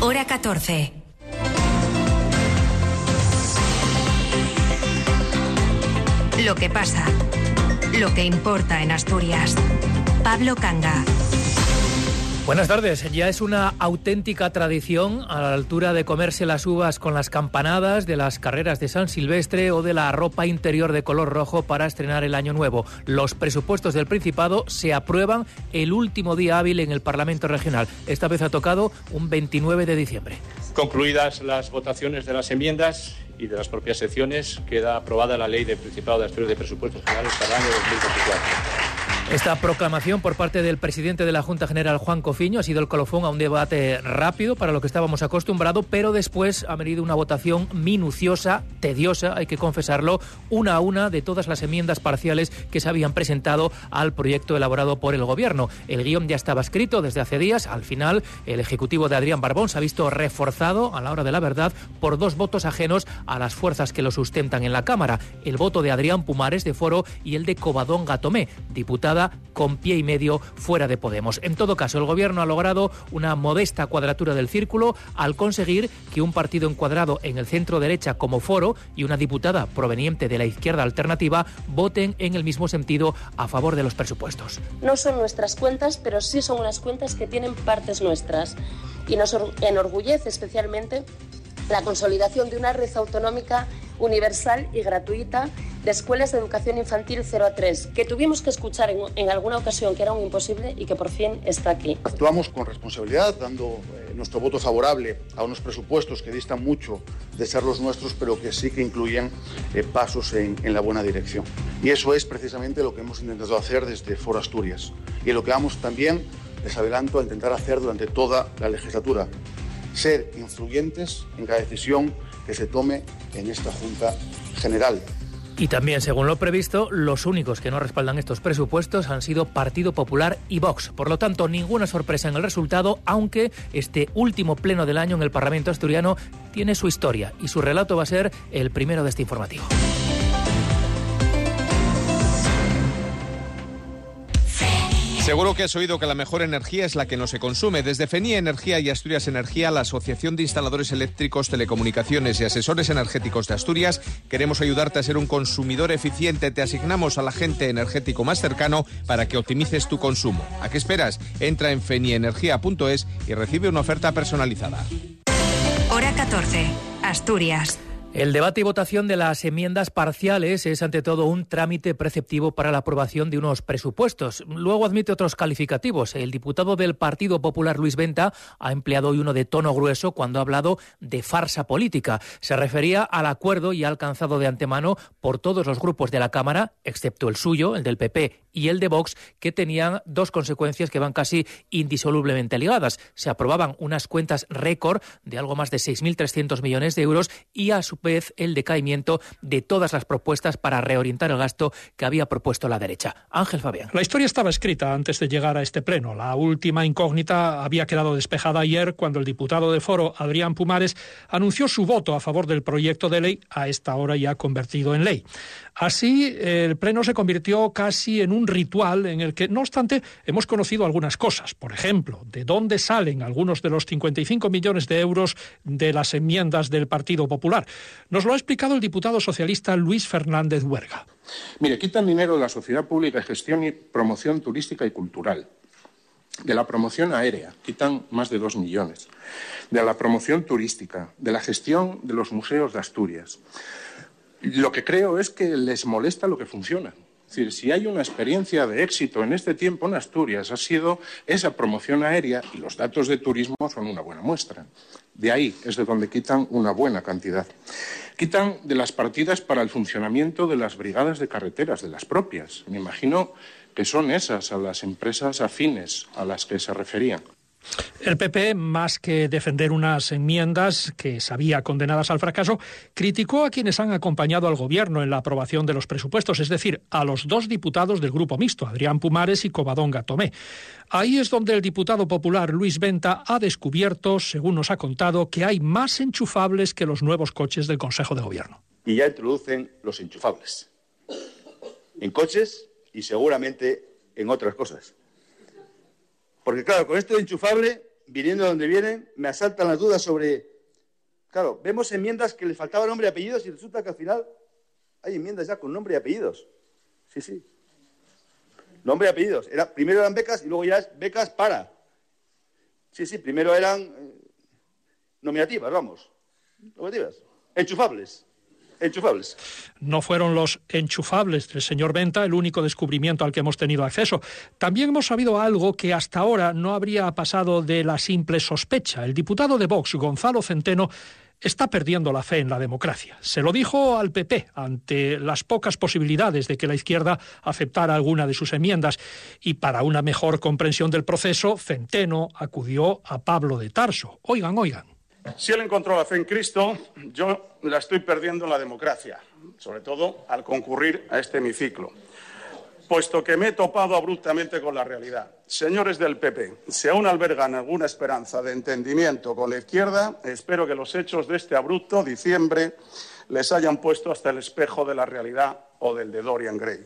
Hora 14. Lo que pasa. Lo que importa en Asturias. Pablo Canga. Buenas tardes. Ya es una auténtica tradición a la altura de comerse las uvas con las campanadas de las carreras de San Silvestre o de la ropa interior de color rojo para estrenar el año nuevo. Los presupuestos del Principado se aprueban el último día hábil en el Parlamento Regional. Esta vez ha tocado un 29 de diciembre. Concluidas las votaciones de las enmiendas y de las propias secciones, queda aprobada la Ley del Principado de Asturias de Presupuestos Generales para el año 2024. Esta proclamación por parte del presidente de la Junta General, Juan Cofiño, ha sido el colofón a un debate rápido para lo que estábamos acostumbrados, pero después ha venido una votación minuciosa, tediosa, hay que confesarlo, una a una de todas las enmiendas parciales que se habían presentado al proyecto elaborado por el Gobierno. El guión ya estaba escrito desde hace días. Al final, el ejecutivo de Adrián Barbón se ha visto reforzado a la hora de la verdad por dos votos ajenos a las fuerzas que lo sustentan en la Cámara. El voto de Adrián Pumares, de Foro, y el de Covadonga Tomé, diputada con pie y medio fuera de Podemos. En todo caso, el Gobierno ha logrado una modesta cuadratura del círculo al conseguir que un partido encuadrado en el centro derecha como Foro y una diputada proveniente de la izquierda alternativa voten en el mismo sentido a favor de los presupuestos. No son nuestras cuentas, pero sí son unas cuentas que tienen partes nuestras, y nos enorgullece especialmente la consolidación de una red autonómica universal y gratuita de escuelas de educación infantil 0 a 3, que tuvimos que escuchar en alguna ocasión que era un imposible y que por fin está aquí. Actuamos con responsabilidad, dando nuestro voto favorable a unos presupuestos que distan mucho de ser los nuestros, pero que sí que incluyen pasos en la buena dirección. Y eso es precisamente lo que hemos intentado hacer desde Foro Asturias. Y lo que vamos también, les adelanto, a intentar hacer durante toda la legislatura. Ser influyentes en cada decisión que se tome en esta Junta General. Y también, según lo previsto, los únicos que no respaldan estos presupuestos han sido Partido Popular y Vox. Por lo tanto, ninguna sorpresa en el resultado, aunque este último pleno del año en el Parlamento asturiano tiene su historia y su relato va a ser el primero de este informativo. Seguro que has oído que la mejor energía es la que no se consume. Desde FENIE Energía y Asturias Energía, la Asociación de Instaladores Eléctricos, Telecomunicaciones y Asesores Energéticos de Asturias, queremos ayudarte a ser un consumidor eficiente. Te asignamos al agente energético más cercano para que optimices tu consumo. ¿A qué esperas? Entra en fenieenergia.es y recibe una oferta personalizada. Hora 14. Asturias. El debate y votación de las enmiendas parciales es, ante todo, un trámite preceptivo para la aprobación de unos presupuestos. Luego admite otros calificativos. El diputado del Partido Popular, Luis Venta, ha empleado hoy uno de tono grueso cuando ha hablado de farsa política. Se refería al acuerdo ya alcanzado de antemano por todos los grupos de la Cámara, excepto el suyo, el del PP y el de Vox, que tenían dos consecuencias que van casi indisolublemente ligadas. Se aprobaban unas cuentas récord de algo más de 6.300 millones de euros y, a su vez, el decaimiento de todas las propuestas para reorientar el gasto que había propuesto la derecha. Ángel Fabián. La historia estaba escrita antes de llegar a este pleno. La última incógnita había quedado despejada ayer cuando el diputado de Foro, Adrián Pumares, anunció su voto a favor del proyecto de ley, a esta hora ya convertido en ley. Así, el pleno se convirtió casi en un ritual en el que, no obstante, hemos conocido algunas cosas. Por ejemplo, de dónde salen algunos de los 55 millones de euros de las enmiendas del Partido Popular. Nos lo ha explicado el diputado socialista Luis Fernández Huerga. Mire, quitan dinero de la sociedad pública de gestión y promoción turística y cultural. De la promoción aérea, quitan más de 2 millones. De la promoción turística, de la gestión de los museos de Asturias. Lo que creo es que les molesta lo que funciona. Es decir, si hay una experiencia de éxito en este tiempo en Asturias, ha sido esa promoción aérea, y los datos de turismo son una buena muestra. De ahí es de donde quitan una buena cantidad. Quitan de las partidas para el funcionamiento de las brigadas de carreteras, de las propias. Me imagino que son esas a las empresas afines a las que se referían. El PP, más que defender unas enmiendas que sabía condenadas al fracaso, criticó a quienes han acompañado al Gobierno en la aprobación de los presupuestos, es decir, a los dos diputados del Grupo Mixto, Adrián Pumares y Covadonga Tomé. Ahí es donde el diputado popular Luis Venta ha descubierto, según nos ha contado, que hay más enchufables que los nuevos coches del Consejo de Gobierno. Y ya introducen los enchufables en coches y seguramente en otras cosas. Porque claro, con esto de enchufable viniendo de donde vienen, me asaltan las dudas sobre... Claro, vemos enmiendas que le faltaba nombre y apellidos y resulta que al final hay enmiendas ya con nombre y apellidos. Sí. Nombre y apellidos. Primero eran becas y luego ya es becas para. Sí, primero eran nominativas, vamos. Nominativas. Enchufables. No fueron los enchufables del señor Venta el único descubrimiento al que hemos tenido acceso. También hemos sabido algo que hasta ahora no habría pasado de la simple sospecha. El diputado de Vox, Gonzalo Centeno, está perdiendo la fe en la democracia. Se lo dijo al PP ante las pocas posibilidades de que la izquierda aceptara alguna de sus enmiendas. Y para una mejor comprensión del proceso, Centeno acudió a Pablo de Tarso. Oigan. Si él encontró la fe en Cristo, yo la estoy perdiendo en la democracia, sobre todo al concurrir a este hemiciclo, puesto que me he topado abruptamente con la realidad. Señores del PP, si aún albergan alguna esperanza de entendimiento con la izquierda, espero que los hechos de este abrupto diciembre les hayan puesto hasta el espejo de la realidad o del de Dorian Gray.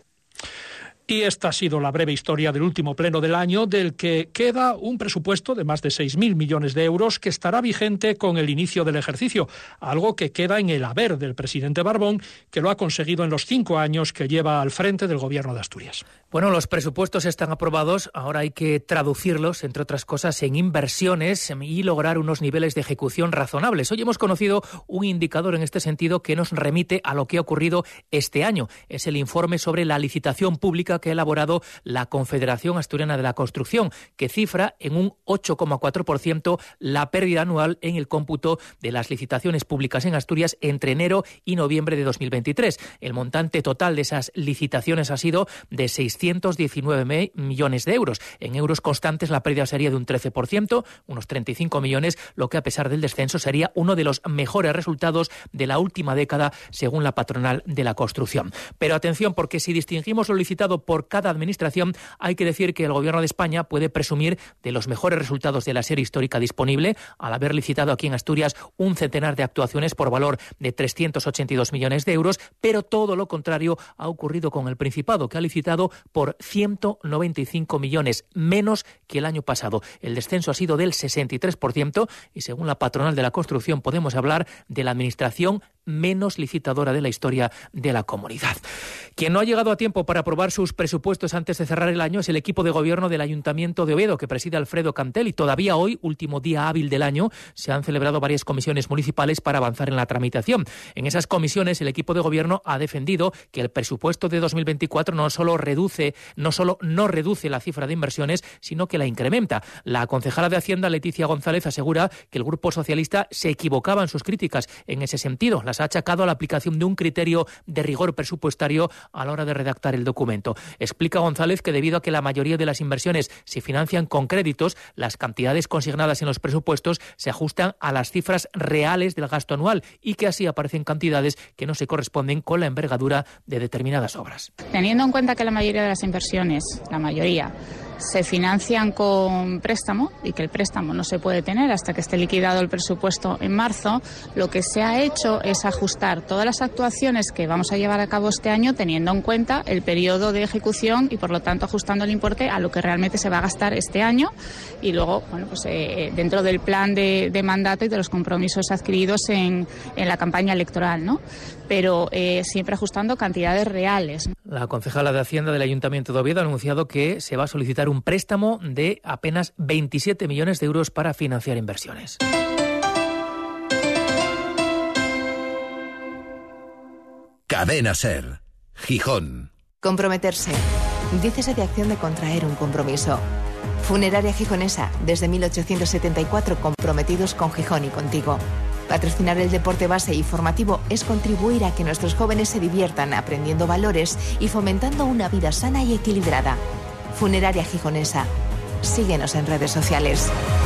Y esta ha sido la breve historia del último pleno del año, del que queda un presupuesto de más de 6.000 millones de euros que estará vigente con el inicio del ejercicio, algo que queda en el haber del presidente Barbón, que lo ha conseguido en los 5 años que lleva al frente del Gobierno de Asturias. Bueno, los presupuestos están aprobados, ahora hay que traducirlos, entre otras cosas, en inversiones y lograr unos niveles de ejecución razonables. Hoy hemos conocido un indicador en este sentido que nos remite a lo que ha ocurrido este año. Es el informe sobre la licitación pública que ha elaborado la Confederación Asturiana de la Construcción, que cifra en un 8,4% la pérdida anual en el cómputo de las licitaciones públicas en Asturias entre enero y noviembre de 2023. El montante total de esas licitaciones ha sido de 619 millones de euros. En euros constantes la pérdida sería de un 13%, unos 35 millones, lo que a pesar del descenso sería uno de los mejores resultados de la última década, según la patronal de la construcción. Pero atención, porque si distinguimos lo licitado por cada administración, hay que decir que el Gobierno de España puede presumir de los mejores resultados de la serie histórica disponible, al haber licitado aquí en Asturias un centenar de actuaciones por valor de 382 millones de euros, pero todo lo contrario ha ocurrido con el Principado, que ha licitado por 195 millones, menos que el año pasado. El descenso ha sido del 63% y según la patronal de la construcción podemos hablar de la administración menos licitadora de la historia de la comunidad. Quien no ha llegado a tiempo para aprobar sus presupuestos antes de cerrar el año es el equipo de gobierno del Ayuntamiento de Oviedo, que preside Alfredo Cantel, y todavía hoy, último día hábil del año, se han celebrado varias comisiones municipales para avanzar en la tramitación. En esas comisiones el equipo de gobierno ha defendido que el presupuesto de 2024 no solo no reduce la cifra de inversiones, sino que la incrementa. La concejala de Hacienda, Leticia González, asegura que el Grupo Socialista se equivocaba en sus críticas en ese sentido. Las ha achacado a la aplicación de un criterio de rigor presupuestario a la hora de redactar el documento. Explica González que debido a que la mayoría de las inversiones se financian con créditos, las cantidades consignadas en los presupuestos se ajustan a las cifras reales del gasto anual y que así aparecen cantidades que no se corresponden con la envergadura de determinadas obras. Teniendo en cuenta que la mayoría de las inversiones, se financian con préstamo y que el préstamo no se puede tener hasta que esté liquidado el presupuesto en marzo, lo que se ha hecho es ajustar todas las actuaciones que vamos a llevar a cabo este año teniendo en cuenta el periodo de ejecución y por lo tanto ajustando el importe a lo que realmente se va a gastar este año y luego dentro del plan de mandato y de los compromisos adquiridos en la campaña electoral, ¿no? Pero siempre ajustando cantidades reales. La concejala de Hacienda del Ayuntamiento de Oviedo ha anunciado que se va a solicitar un préstamo de apenas 27 millones de euros para financiar inversiones. Cadena SER, Gijón. Comprometerse. Dícese de acción de contraer un compromiso. Funeraria Gijonesa, desde 1874 comprometidos con Gijón y contigo. Patrocinar el deporte base y formativo es contribuir a que nuestros jóvenes se diviertan aprendiendo valores y fomentando una vida sana y equilibrada. Funeraria Gijonesa. Síguenos en redes sociales.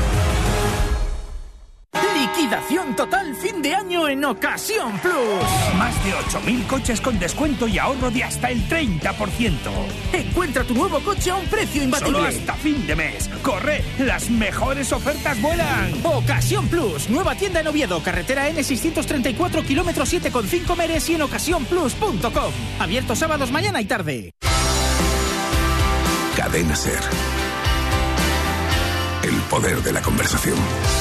Liquidación total fin de año en Ocasión Plus. Más de 8.000 coches con descuento y ahorro de hasta el 30%. Encuentra tu nuevo coche a un precio imbatible. Solo hasta fin de mes. ¡Corre! ¡Las mejores ofertas vuelan! Ocasión Plus. Nueva tienda en Oviedo. Carretera N634, kilómetro 7,5 Meres y en ocasiónplus.com. Abierto sábados, mañana y tarde. Cadena SER. El poder de la conversación.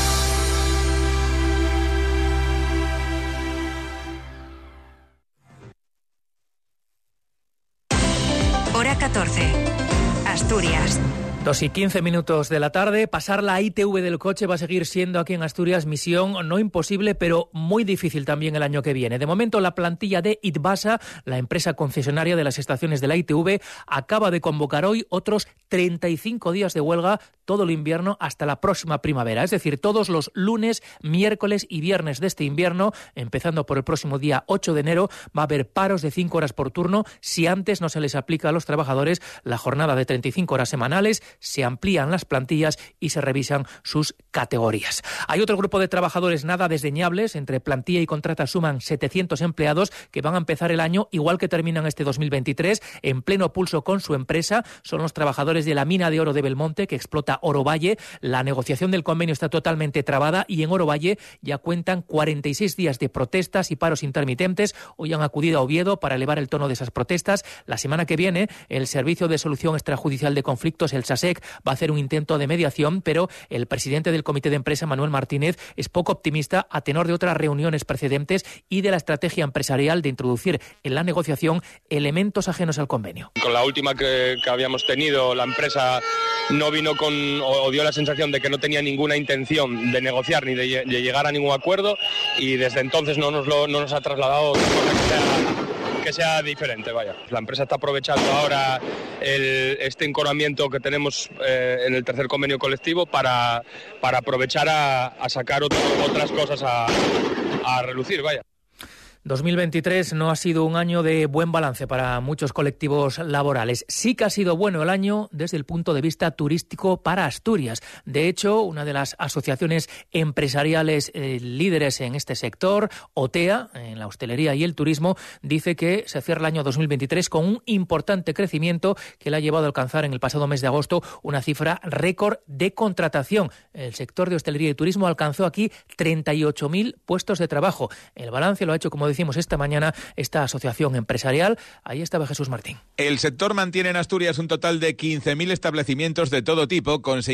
Hora 14. Asturias. 2:15 de la tarde. Pasar la ITV del coche va a seguir siendo aquí en Asturias misión no imposible, pero muy difícil también el año que viene. De momento, la plantilla de Itbasa, la empresa concesionaria de las estaciones de la ITV, acaba de convocar hoy otros 35 días de huelga todo el invierno hasta la próxima primavera. Es decir, todos los lunes, miércoles y viernes de este invierno, empezando por el próximo día 8 de enero, va a haber paros de 5 horas por turno si antes no se les aplica a los trabajadores la jornada de 35 horas semanales, se amplían las plantillas y se revisan sus categorías. Hay otro grupo de trabajadores nada desdeñables, entre plantilla y contrata suman 700 empleados que van a empezar el año igual que terminan este 2023, en pleno pulso con su empresa. Son los trabajadores de la mina de oro de Belmonte que explota Orovalle. La negociación del convenio está totalmente trabada y en Orovalle ya cuentan 46 días de protestas y paros intermitentes. Hoy han acudido a Oviedo para elevar el tono de esas protestas. La semana que viene, el Servicio de Solución Extrajudicial de Conflictos, el SASEC, va a hacer un intento de mediación, pero el presidente del Comité de Empresa, Manuel Martínez, es poco optimista a tenor de otras reuniones precedentes y de la estrategia empresarial de introducir en la negociación elementos ajenos al convenio. Con la última que habíamos tenido, la empresa no vino o dio la sensación de que no tenía ninguna intención de negociar ni de llegar a ningún acuerdo, y desde entonces no nos ha trasladado que sea diferente, vaya. La empresa está aprovechando ahora este encoramiento que tenemos en el tercer convenio colectivo para aprovechar a sacar otras cosas a relucir, vaya. 2023 no ha sido un año de buen balance para muchos colectivos laborales. Sí que ha sido bueno el año desde el punto de vista turístico para Asturias. De hecho, una de las asociaciones empresariales líderes en este sector, OTEA, en la hostelería y el turismo, dice que se cierra el año 2023 con un importante crecimiento que le ha llevado a alcanzar en el pasado mes de agosto una cifra récord de contratación. El sector de hostelería y turismo alcanzó aquí 38.000 puestos de trabajo. El balance lo ha hecho, como decimos esta mañana, esta asociación empresarial. Ahí estaba Jesús Martín. El sector mantiene en Asturias un total de 15.000 establecimientos de todo tipo, con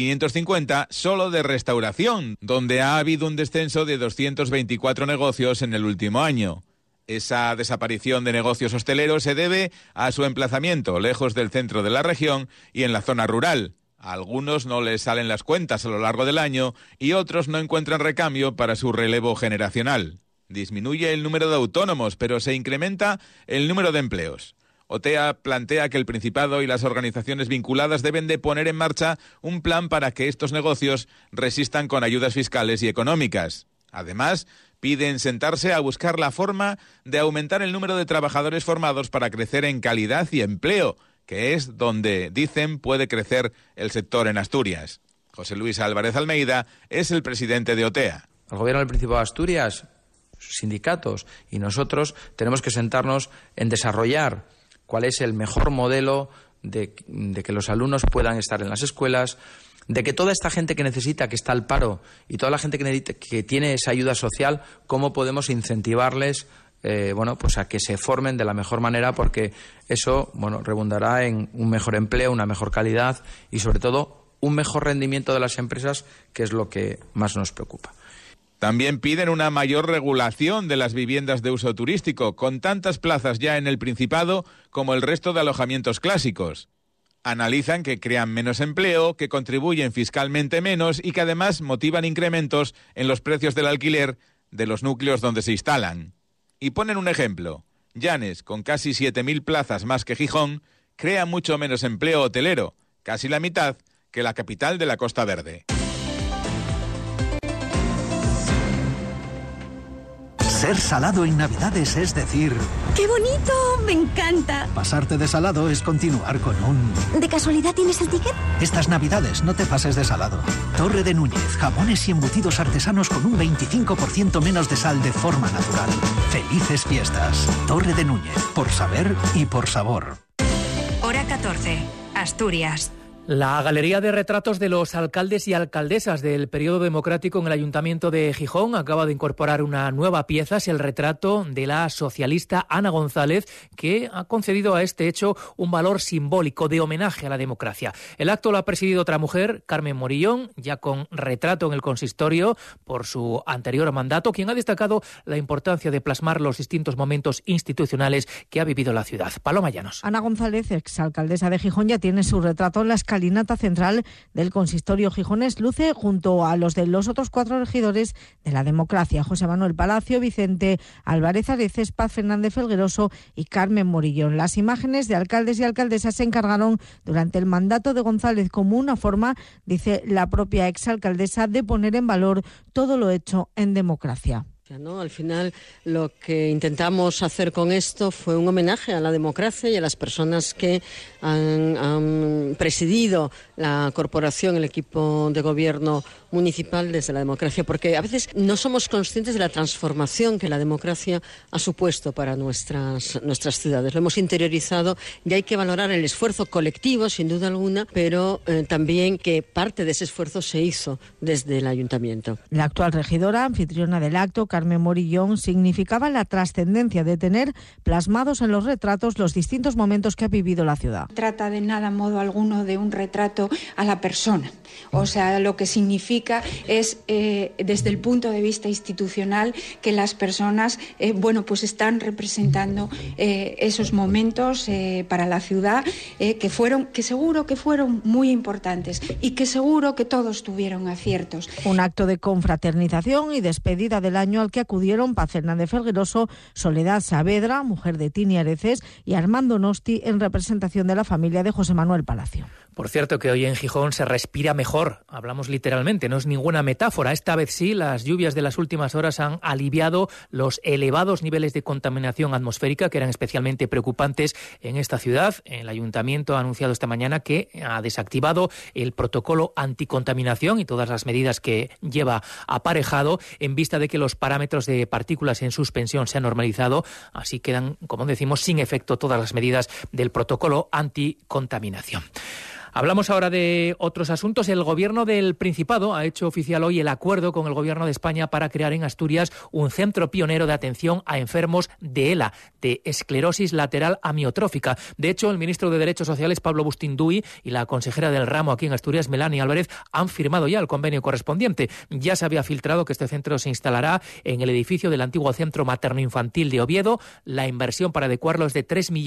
6.550 solo de restauración, donde ha habido un descenso de 224 negocios en el último año. Esa desaparición de negocios hosteleros se debe a su emplazamiento lejos del centro de la región y en la zona rural. A algunos no les salen las cuentas a lo largo del año y otros no encuentran recambio para su relevo generacional. Disminuye el número de autónomos, pero se incrementa el número de empleos. OTEA plantea que el Principado y las organizaciones vinculadas deben de poner en marcha un plan para que estos negocios resistan con ayudas fiscales y económicas. Además, piden sentarse a buscar la forma de aumentar el número de trabajadores formados para crecer en calidad y empleo, que es donde, dicen, puede crecer el sector en Asturias. José Luis Álvarez Almeida es el presidente de OTEA. El Gobierno del Principado de Asturias, sindicatos y nosotros tenemos que sentarnos en desarrollar cuál es el mejor modelo de que los alumnos puedan estar en las escuelas, de que toda esta gente que necesita, que está al paro, y toda la gente que tiene esa ayuda social, cómo podemos incentivarles pues a que se formen de la mejor manera, porque eso redundará en un mejor empleo, una mejor calidad y sobre todo un mejor rendimiento de las empresas, que es lo que más nos preocupa. También piden una mayor regulación de las viviendas de uso turístico, con tantas plazas ya en el Principado como el resto de alojamientos clásicos. Analizan que crean menos empleo, que contribuyen fiscalmente menos y que además motivan incrementos en los precios del alquiler de los núcleos donde se instalan. Y ponen un ejemplo. Llanes, con casi 7.000 plazas más que Gijón, crea mucho menos empleo hotelero, casi la mitad que la capital de la Costa Verde. Ser salado en Navidades es decir... ¡Qué bonito! ¡Me encanta! Pasarte de salado es continuar con un... ¿De casualidad tienes el ticket? Estas Navidades no te pases de salado. Torre de Núñez, jamones y embutidos artesanos con un 25% menos de sal de forma natural. ¡Felices fiestas! Torre de Núñez, por saber y por sabor. Hora 14, Asturias. La galería de retratos de los alcaldes y alcaldesas del periodo democrático en el Ayuntamiento de Gijón acaba de incorporar una nueva pieza. Es el retrato de la socialista Ana González, que ha concedido a este hecho un valor simbólico de homenaje a la democracia. El acto lo ha presidido otra mujer, Carmen Morillón, ya con retrato en el consistorio por su anterior mandato, quien ha destacado la importancia de plasmar los distintos momentos institucionales que ha vivido la ciudad. Paloma Llanos. Ana González, exalcaldesa de Gijón, ya tiene su retrato en la escalinata central del consistorio gijonés. Luce junto a los de los otros 4 regidores de la democracia: José Manuel Palacio, Vicente Álvarez Areces, Paz Fernández Felgueroso y Carmen Morillón. Las imágenes de alcaldes y alcaldesas se encargaron durante el mandato de González como una forma, dice la propia exalcaldesa, de poner en valor todo lo hecho en democracia. ¿No? Al final lo que intentamos hacer con esto fue un homenaje a la democracia y a las personas que han presidido la corporación, el equipo de gobierno municipal desde la democracia, porque a veces no somos conscientes de la transformación que la democracia ha supuesto para nuestras ciudades. Lo hemos interiorizado y hay que valorar el esfuerzo colectivo, sin duda alguna, pero también que parte de ese esfuerzo se hizo desde el ayuntamiento. La actual regidora, anfitriona del acto, Carmen Morillón, significaba la trascendencia de tener plasmados en los retratos los distintos momentos que ha vivido la ciudad. Trata de nada modo alguno de un retrato a la persona. O sea, lo que significa es, desde el punto de vista institucional, que las personas, pues están representando esos momentos para la ciudad que seguro que fueron muy importantes y que seguro que todos tuvieron aciertos. Un acto de confraternización y despedida del año al que acudieron Paz Fernández Felgueroso, Soledad Saavedra, mujer de Tini Areces, y Armando Nosti, en representación de la familia de José Manuel Palacio. Por cierto, que hoy en Gijón se respira mejor, hablamos literalmente, no es ninguna metáfora. Esta vez sí, las lluvias de las últimas horas han aliviado los elevados niveles de contaminación atmosférica que eran especialmente preocupantes en esta ciudad. El Ayuntamiento ha anunciado esta mañana que ha desactivado el protocolo anticontaminación y todas las medidas que lleva aparejado, en vista de que los parámetros de partículas en suspensión se han normalizado. Así quedan, como decimos, sin efecto todas las medidas del protocolo anticontaminación. Hablamos ahora de otros asuntos. El Gobierno del Principado ha hecho oficial hoy el acuerdo con el Gobierno de España para crear en Asturias un centro pionero de atención a enfermos de ELA, de esclerosis lateral amiotrófica. De hecho, el ministro de Derechos Sociales, Pablo Bustinduy, y la consejera del ramo aquí en Asturias, Melania Álvarez, han firmado ya el convenio correspondiente. Ya se había filtrado que este centro se instalará en el edificio del antiguo Centro Materno-Infantil de Oviedo. La inversión para adecuarlo es de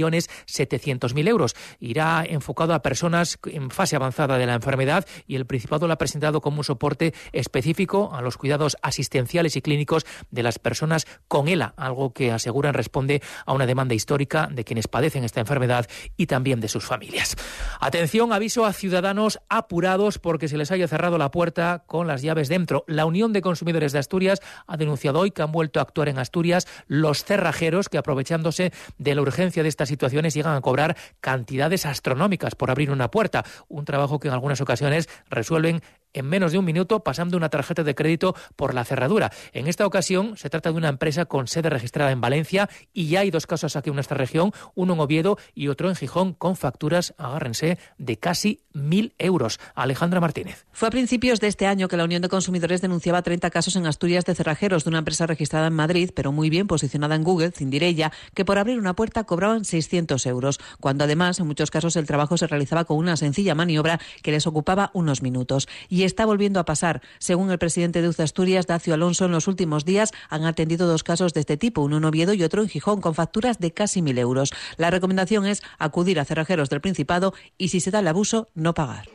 3.700.000 euros. Irá enfocado a personas en fase avanzada de la enfermedad y el Principado lo ha presentado como un soporte específico a los cuidados asistenciales y clínicos de las personas con ELA, algo que aseguran responde a una demanda histórica de quienes padecen esta enfermedad y también de sus familias. Atención, aviso a ciudadanos apurados porque se les haya cerrado la puerta con las llaves dentro. La Unión de Consumidores de Asturias ha denunciado hoy que han vuelto a actuar en Asturias los cerrajeros que, aprovechándose de la urgencia de estas situaciones, llegan a cobrar cantidades astronómicas por abrir una puerta. Un trabajo que en algunas ocasiones resuelven en menos de un minuto pasando una tarjeta de crédito por la cerradura. En esta ocasión se trata de una empresa con sede registrada en Valencia y ya hay 2 casos aquí en nuestra región, uno en Oviedo y otro en Gijón, con facturas, agárrense, de casi 1.000 euros. Alejandra Martínez. Fue a principios de este año que la Unión de Consumidores denunciaba 30 casos en Asturias de cerrajeros de una empresa registrada en Madrid, pero muy bien posicionada en Google, Cindirella, que por abrir una puerta cobraban 600 euros, cuando además en muchos casos el trabajo se realizaba con una sencilla maniobra que les ocupaba unos minutos. Y está volviendo a pasar. Según el presidente de UCE Asturias, Dacio Alonso, en los últimos días han atendido 2 casos de este tipo, uno en Oviedo y otro en Gijón, con facturas de casi 1.000 euros. La recomendación es acudir a cerrajeros del Principado y, si se da el abuso, no pagar.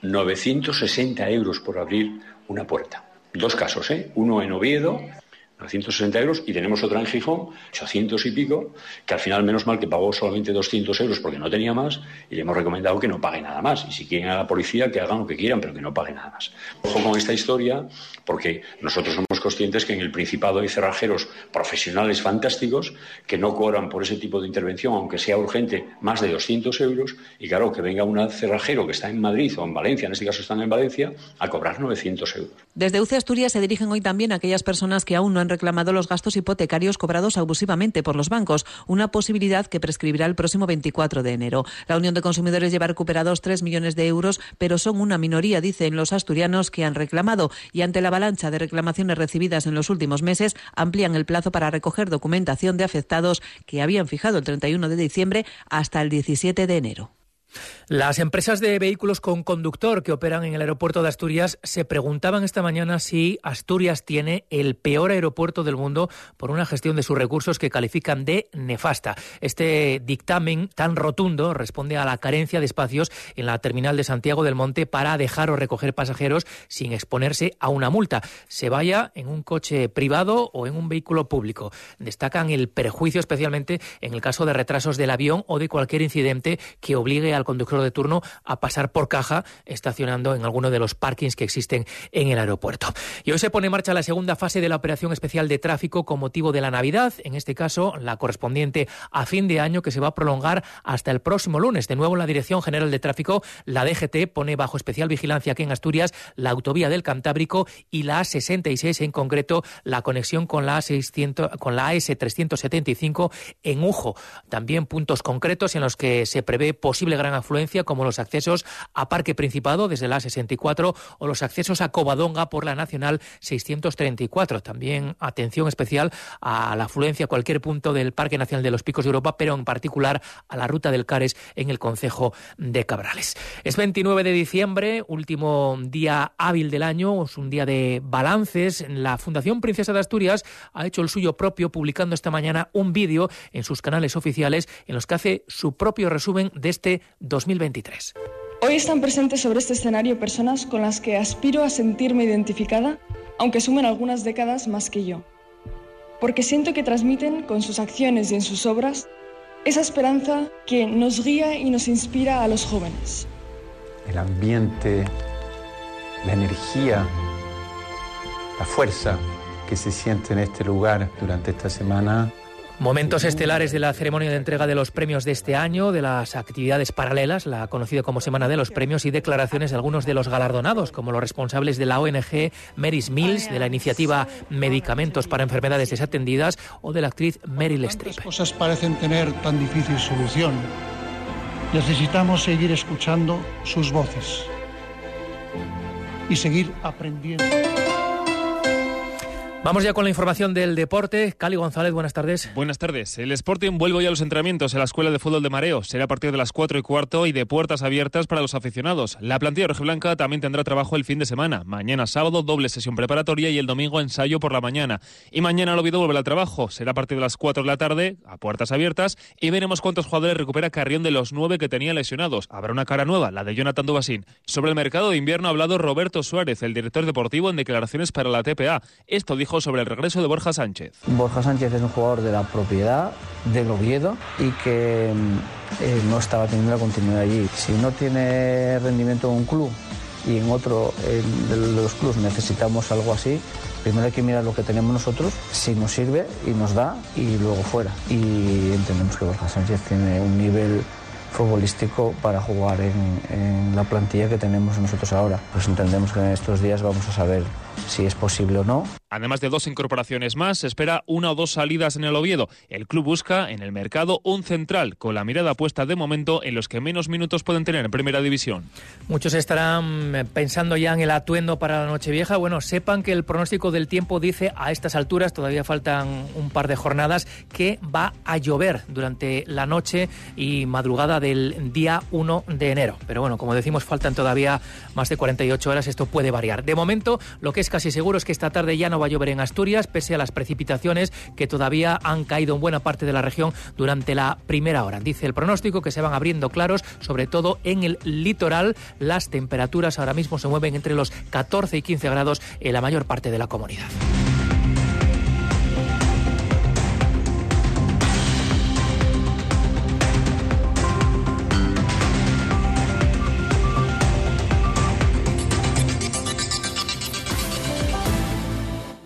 960 euros por abrir una puerta. 2 casos, uno en Oviedo, 960 euros, y tenemos otra en Gijón, 800 y pico, que al final, menos mal que pagó solamente 200 euros porque no tenía más, y le hemos recomendado que no pague nada más. Y si quieren a la policía, que hagan lo que quieran, pero que no pague nada más. Ojo con esta historia, porque nosotros somos conscientes que en el Principado hay cerrajeros profesionales fantásticos que no cobran por ese tipo de intervención, aunque sea urgente, más de 200 euros, y claro, que venga un cerrajero que está en Madrid o en Valencia, en este caso están en Valencia, a cobrar 900 euros. Desde UCE Asturias se dirigen hoy también a aquellas personas que aún no han han reclamado los gastos hipotecarios cobrados abusivamente por los bancos, una posibilidad que prescribirá el próximo 24 de enero. La Unión de Consumidores lleva recuperados 3 millones de euros, pero son una minoría, dicen los asturianos, que han reclamado, y ante la avalancha de reclamaciones recibidas en los últimos meses, amplían el plazo para recoger documentación de afectados que habían fijado el 31 de diciembre hasta el 17 de enero. Las empresas de vehículos con conductor que operan en el aeropuerto de Asturias se preguntaban esta mañana si Asturias tiene el peor aeropuerto del mundo por una gestión de sus recursos que califican de nefasta. Este dictamen tan rotundo responde a la carencia de espacios en la terminal de Santiago del Monte para dejar o recoger pasajeros sin exponerse a una multa, se vaya en un coche privado o en un vehículo público. Destacan el perjuicio especialmente en el caso de retrasos del avión o de cualquier incidente que obligue al conductor de turno a pasar por caja estacionando en alguno de los parkings que existen en el aeropuerto. Y hoy se pone en marcha la segunda fase de la operación especial de tráfico con motivo de la Navidad, en este caso la correspondiente a fin de año, que se va a prolongar hasta el próximo lunes. De nuevo, la Dirección General de Tráfico, la DGT, pone bajo especial vigilancia aquí en Asturias la autovía del Cantábrico y la A66, en concreto la conexión con la AS375 en Ujo. También puntos concretos en los que se prevé posible gran afluencia, como los accesos a Parque Principado desde la A64 o los accesos a Covadonga por la Nacional 634. También atención especial a la afluencia a cualquier punto del Parque Nacional de los Picos de Europa, pero en particular a la Ruta del Cares en el concejo de Cabrales. Es 29 de diciembre, último día hábil del año, es un día de balances. La Fundación Princesa de Asturias ha hecho el suyo propio, publicando esta mañana un vídeo en sus canales oficiales en los que hace su propio resumen de este 2023. Hoy están presentes sobre este escenario personas con las que aspiro a sentirme identificada, aunque sumen algunas décadas más que yo. Porque siento que transmiten con sus acciones y en sus obras esa esperanza que nos guía y nos inspira a los jóvenes. El ambiente, la energía, la fuerza que se siente en este lugar durante esta semana. Momentos estelares de la ceremonia de entrega de los premios de este año, de las actividades paralelas, la conocida como Semana de los Premios, y declaraciones de algunos de los galardonados, como los responsables de la ONG Mary's Meals, de la iniciativa Medicamentos para Enfermedades Desatendidas o de la actriz Meryl Streep. Las cosas parecen tener tan difícil solución. Necesitamos seguir escuchando sus voces y seguir aprendiendo. Vamos ya con la información del deporte. Cali González, buenas tardes. Buenas tardes. El Sporting vuelve hoy a los entrenamientos en la Escuela de Fútbol de Mareo. Será a partir de las 4:15 y de puertas abiertas para los aficionados. La plantilla rojiblanca también tendrá trabajo el fin de semana. Mañana sábado, doble sesión preparatoria, y el domingo ensayo por la mañana. Y mañana el Oviedo vuelve al trabajo. Será a partir de las 4 de la tarde, a puertas abiertas, y veremos cuántos jugadores recupera Carrión de los 9 que tenía lesionados. Habrá una cara nueva, la de Jonathan Dubasín. Sobre el mercado de invierno ha hablado Roberto Suárez, el director deportivo, en declaraciones para la TPA. Esto dijo sobre el regreso de Borja Sánchez. Borja Sánchez es un jugador de la propiedad del Oviedo y que no estaba teniendo la continuidad allí. Si no tiene rendimiento en un club y en otro de los clubes necesitamos algo así, primero hay que mirar lo que tenemos nosotros, si nos sirve y nos da, y luego fuera. Y entendemos que Borja Sánchez tiene un nivel futbolístico para jugar en la plantilla que tenemos nosotros ahora. Pues entendemos que en estos días vamos a saber si es posible o no. Además de 2 incorporaciones más, se espera 1 o 2 salidas en el Oviedo. El club busca en el mercado un central, con la mirada puesta de momento en los que menos minutos pueden tener en Primera División. Muchos estarán pensando ya en el atuendo para la Nochevieja. Bueno, sepan que el pronóstico del tiempo dice a estas alturas, todavía faltan un par de jornadas, que va a llover durante la noche y madrugada del día 1 de enero. Pero bueno, como decimos, faltan todavía más de 48 horas, esto puede variar. De momento, lo que es casi seguro es que esta tarde ya no va a llover en Asturias, pese a las precipitaciones que todavía han caído en buena parte de la región durante la primera hora. Dice el pronóstico que se van abriendo claros, sobre todo en el litoral. Las temperaturas ahora mismo se mueven entre los 14 y 15 grados en la mayor parte de la comunidad.